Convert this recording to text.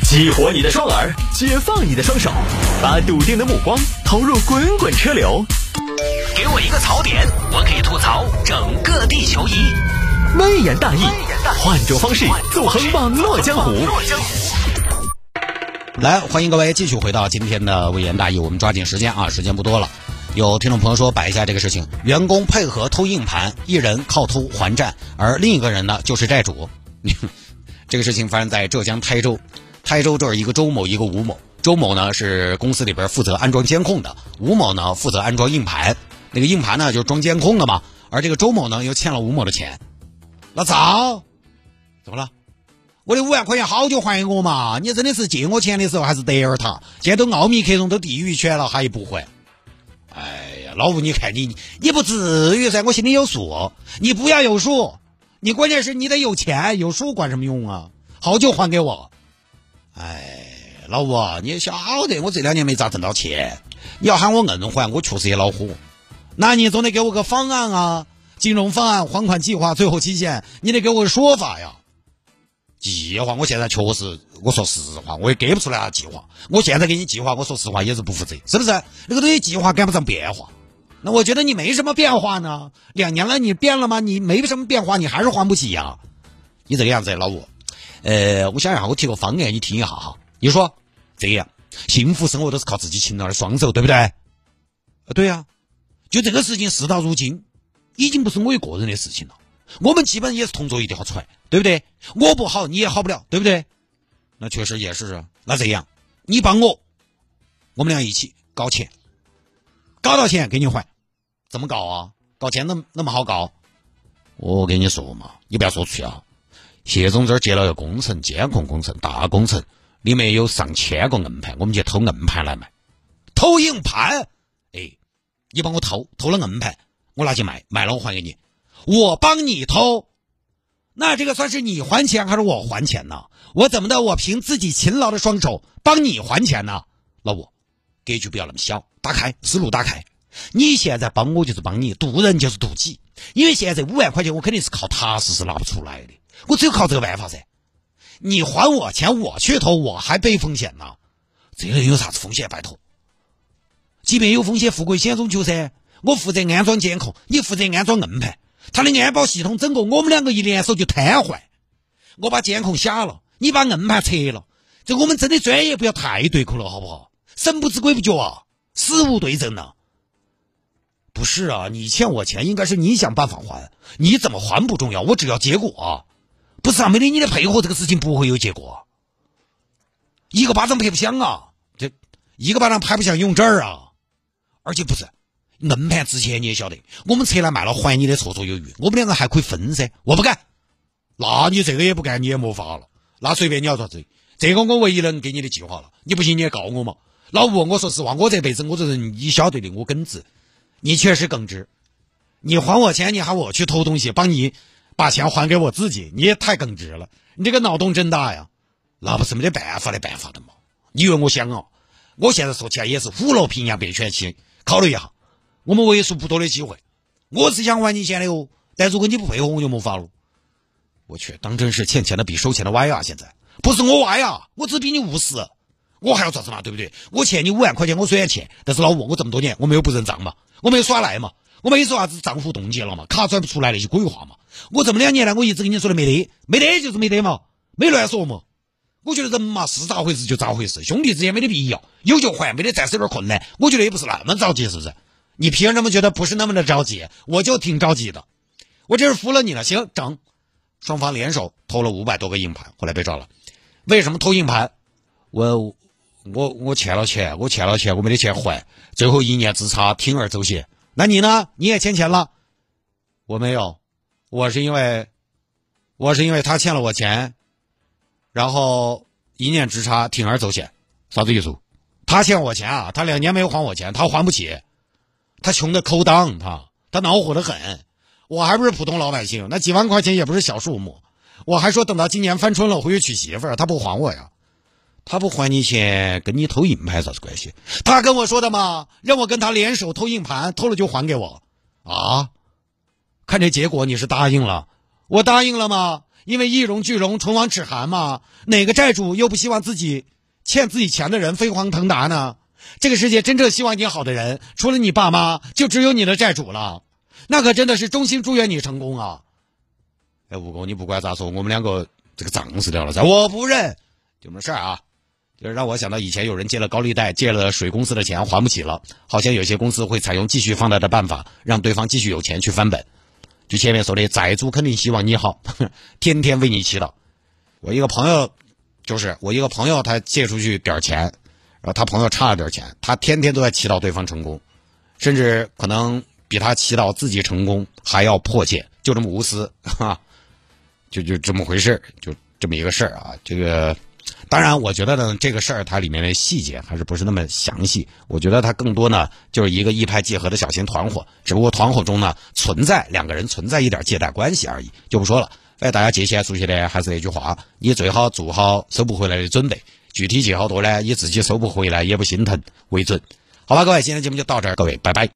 激活你的双耳，解放你的双手，把笃定的目光投入滚滚车流。给我一个槽点，我可以吐槽整个地球仪。微言大义，换种方式纵横网络江湖。 来，欢迎各位继续回到今天的微言大义，我们抓紧时间啊，时间不多了。有听众朋友说摆一下这个事情，员工配合偷硬盘，一人靠偷还债，而另一个人呢就是债主。这个事情发生在浙江台州。台州这儿一个周某一个吴某，周某呢是公司里边负责安装监控的，吴某呢负责安装硬盘，那个硬盘呢就是装监控的嘛，而这个周某呢又欠了吴某的钱。老赵，怎么了？我的5万块钱好久还我嘛？你真的是借我钱的时候还是德尔塔，现在都奥密克戎都地狱圈了还不还？哎呀，老吴，你看你不至于噻，我心里有数，你不要有数，你关键是你得有钱，有数管什么用啊？好久还给我。哎，老吴啊，你晓得我这2年没咋挣到钱，你要喊我硬还，我确实也恼火。那你总得给我个方案啊，金融方案、还款计划、最后期限，你得给我个说法呀。计划，我现在确实，我说实话，我也给不出来计划。我现在给你计划，我说实话也是不负责，是不是？那个东西计划赶不上变化。那我觉得你没什么变化呢，2年了你变了吗？你没什么变化，你还是还不起呀。你这个样子，老吴。我想一下，我提个方案，你听一下哈。你说这样，幸福生活都是靠自己勤劳的双手，对不对？对呀，就这个事情事到如今，已经不是我一个人的事情了。我们基本也是同坐一条船，对不对？我不好，你也好不了，对不对？那确实也是啊。那这样，你帮我们俩一起搞钱，搞到钱给你还。怎么搞啊？搞钱那么好搞？我跟你说嘛，你不要说出去啊。谢总这儿接了个工程，监控工程，大工程，里面有上千个硬盘，我们去偷硬盘来卖。偷硬盘？哎，你帮我偷了硬盘，我拿去卖了我还给你。我帮你偷，那这个算是你还钱还是我还钱呢？我怎么的？我凭自己勤劳的双手帮你还钱呢？老吴，格局不要那么小，打开思路打开。你现在帮我就是帮你，渡人就是渡己，因为现在5万块钱我肯定是靠踏实是拿不出来的。我只有靠这个办法噻，你还我钱，我去偷，我还背风险呢。这个有啥子风险？拜托，即便有风险，富贵险中求噻。我负责安装监控，你负责安装硬盘，他的安保系统整个我们2个一联手就瘫痪。我把监控下了，你把硬盘拆了，这我们真的专业不要太对口了，好不好？神不知鬼不觉啊，死无对证呢。不是啊，你欠我钱应该是你想办法还，你怎么还不重要，我只要结果啊。不是啊，没得你的配合，这个事情不会有结果。一个巴掌拍不响啊，这一个巴掌拍不响用这儿啊。而且不是硬盘之前你也晓得，我们拆来卖了还你的绰绰有余，我们2个还可以分噻。我不干，那你这个也不干，你也没法了。那随便你要做这个我唯一能给你的计划了。你不信你也告我嘛。老吴，我说实话，我这辈子我这人你晓得的，我耿直，你确实耿直。你还我钱，你喊我去偷东西，帮你把钱还给我自己，你也太耿直了，你这个脑洞真大呀。那不是没得办法的嘛。你以为我想啊？我现在说起来也是虎落平阳变犬欺。考虑一下，我们为数不多的机会，我是想还你钱的哦，但如果你不配合我就没法了。我去，当真是欠钱的比收钱的歪啊。现在不是我歪啊，我只比你务实，我还要做什么，对不对？我欠你5万块钱，我虽然欠，但是老吴，我这么多年我没有不认账嘛，我没有耍赖嘛，我没说啥子账户冻结了嘛，卡转不出来那些鬼话嘛。我这么2年来，我一直跟你说的没得就是没得嘛，没乱说嘛。我觉得人嘛是咋回事就咋回事，兄弟之间没得必要，有就还，没得暂时有点困难，我觉得也不是那么着急，是不是？你凭什么觉得不是那么的着急？我就挺着急的，我这是服了你了。行，整。双方联手偷了500多个硬盘，后来被抓了。为什么偷硬盘？我欠了钱，我没得钱还，最后1年之差铤而走险。那你呢？你也欠钱了？我没有，我是因为他欠了我钱，然后1年之差铤而走险。啥子意思？他欠我钱啊，他2年没有还我钱，他还不起，他穷的抠裆，他恼火的很。我还不是普通老百姓，那几万块钱也不是小数目。我还说等到今年翻春了回去娶媳妇儿，他不还我呀。他不还你钱，跟你偷硬盘啥子关系？他跟我说的嘛，让我跟他联手偷硬盘，偷了就还给我啊。看这结果你是答应了，我答应了吗？ 因为一荣俱荣，唇亡齿寒嘛。哪个债主又不希望自己欠自己钱的人飞黄腾达呢？这个世界真正希望你好的人，除了你爸妈，就只有你的债主了。那可真的是衷心祝愿你成功啊！哎，吴工，你不管咋说，我们两个这个账是掉了噻，我不认，就没事啊。就是让我想到以前有人借了高利贷，借了水公司的钱还不起了，好像有些公司会采用继续放贷的办法，让对方继续有钱去翻本。就前面说的，债主肯定希望你好，天天为你祈祷。我一个朋友他借出去点钱，然后他朋友差了点钱，他天天都在祈祷对方成功，甚至可能比他祈祷自己成功还要迫切，就这么无私哈，就这么回事，就这么一个事儿啊。这个当然我觉得呢，这个事儿它里面的细节还是不是那么详细，我觉得它更多呢就是一个一拍即合的小型团伙，只不过团伙中呢两个人存在一点借贷关系而已，就不说了。大家借钱熟悉的还是那句话，你最好做好收不回来的准备，具体借好多呢，你自己收不回来也不心疼为准。好吧，各位，今天节目就到这儿，各位拜拜。